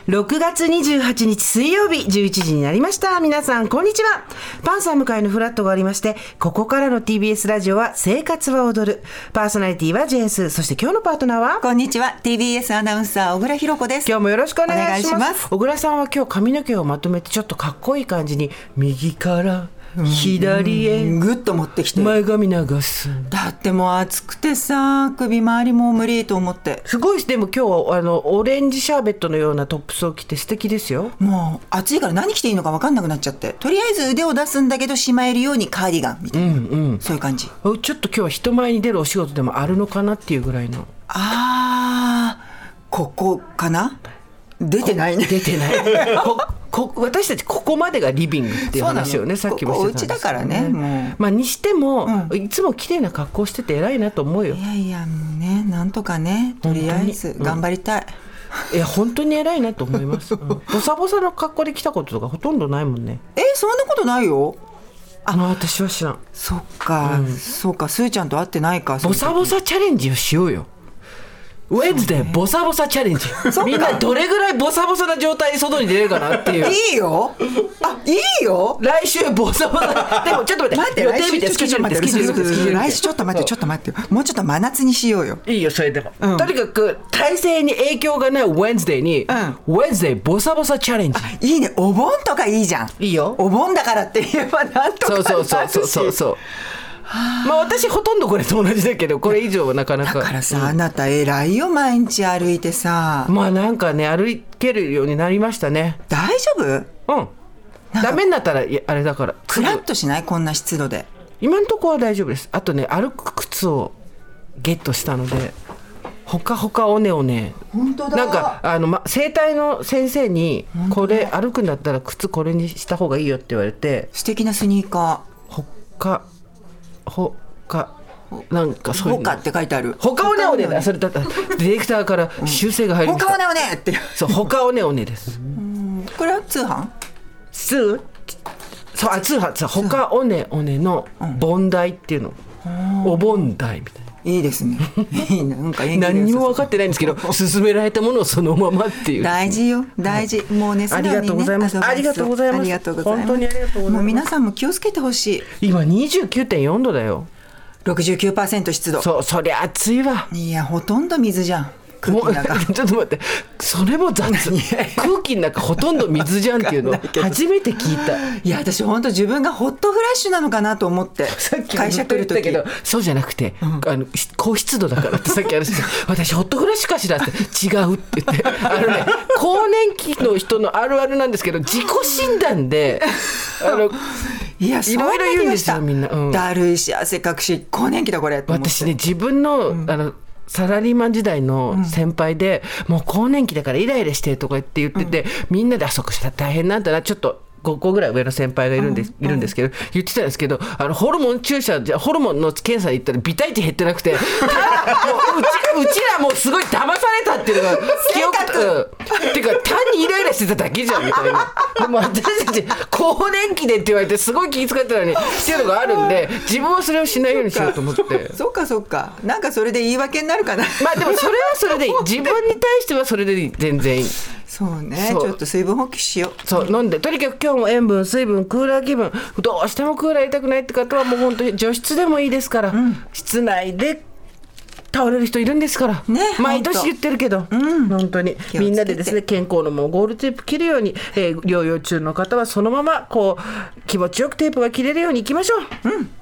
6月28日水曜日11時になりました。皆さんこんにちは。パンサー向井のフラットがありまして、ここからの TBS ラジオは生活は踊る。パーソナリティはジェンス。そして今日のパートナーはこんにちは、 TBS アナウンサー小倉弘子です。 今日もよろしくお願いします。小倉さんは今日髪の毛をまとめてちょっとかっこいい感じに右から左へぐっと持ってきて前髪流す。 だってもう暑くてさ、首周りも無理と思って。 すごい。でも今日はオレンジシャーベットのようなトップスを着て素敵ですよ。 もう暑いから何着ていいのか分かんなくなっちゃって、とりあえず腕を出すんだけどしまえるようにカーディガンみたいな、そういう感じ。 ちょっと今日は人前に出るお仕事でもあるのかなっていうぐらいの。 ここかな。出てないね。 出てない私たちここまでがリビングっていう話をね、さっきもしてたんですよね。 お家だからね。もうにしても、いつも綺麗な格好してて偉いなと思うよ。 いやもうね、なんとかね、とりあえず頑張りたい。 いや本当に偉いなと思います。ボサボサの格好で来たこととかほとんどないもんね。 そんなことないよ。 私は知らん。 そっか、そうか、スーちゃんと会ってないか。 ボサボサチャレンジをしようよ。ウェンズデーボサボサチャレンジ。みんなどれぐらいボサボサな状態で外に出れるかなっていう。 いいよ。いいよ。 来週ボサボサ。でもちょっと待って。予定見て、スケジュール見て。 来週ちょっと待ってもうちょっと真夏にしようよ。 いいよそれでも。とにかく体勢に影響がないウェンズデーに、ウェンズデーボサボサチャレンジ。 いいね。お盆とかいいじゃん。 いいよ。 お盆だからって言えばなんとかなるし。 そう。私ほとんどこれと同じだけど、これ以上はなかなか。 だからさ、あなた偉いよ、毎日歩いてさ。 なんかね、歩けるようになりましたね。 大丈夫？ ダメになったらあれだから。 クラッとしない？こんな湿度で。 今のところは大丈夫です。あとね、歩く靴をゲットしたので、ほかほかおねおね。 本当だ。 なんか整体の先生に、これ歩くんだったら靴これにした方がいいよって言われて。 素敵なスニーカー。なんかそういうほかって書いてある。 ほかおねおねだ。それだったらディレクターから修正が入りました。 ほかおねおねって。 そう、ほかおねおねです。 これは通販？ 通販。ほかおねおねの盆台っていうの。お盆台みたいな。 いいですね。なんか何にも分かってないんですけど、勧められたものをそのままっていう。 大事よ、大事。もうね、 ありがとうございます。ありがとうございます。本当にありがとうございます。 もう皆さんも気をつけてほしい。 今 29.4 度だよ。 69% 湿度。 そりゃ暑いわ。 いや、ほとんど水じゃん。空気の中。 ちょっと待って、それも雑。空気の中ほとんど水じゃんっていうの初めて聞いた。 いや、私本当自分がホットフラッシュなのかなと思って、 さっき会社来る時。 けどそうじゃなくて、高湿度だからってさっき私ホットフラッシュかしらって違うって言って、更年期の人のあるあるなんですけど、自己診断でいろいろ言うんですよみんな。 だるいし汗かくし更年期だこれと思って。 私ね、自分の、サラリーマン時代の先輩で、もう更年期だからイライラしてとか言ってて、みんなでそこしたら大変なんだな、ちょっと5個ぐらい上の先輩がいるんですけど、言ってたんですけど、ホルモンホルモンの検査に行ったらビタイチ減ってなくて、うちらもうすごい騙されたっていうのが記憶っていうか、単にイライラしてただけじゃんみたいな。でも私たち更年期でって言われてすごい気遣ってたのにっていうのがあるんで、自分はそれをしないようにしようと思って。 そっか、なんかそれで言い訳になるかな。 でもそれはそれでいい。自分に対してはそれでいい。全然いい。 そうね、ちょっと水分補給しよう。 そう、飲んで、とにかく今日も塩分、水分、クーラー気分、どうしてもクーラーやりたくないって方はもう本当に除湿でもいいですから、室内で倒れる人いるんですからね。毎年言ってるけど、本当にみんなでですね、健康のもうゴールテープ切るように、療養中の方はそのままこう気持ちよくテープが切れるようにいきましょう。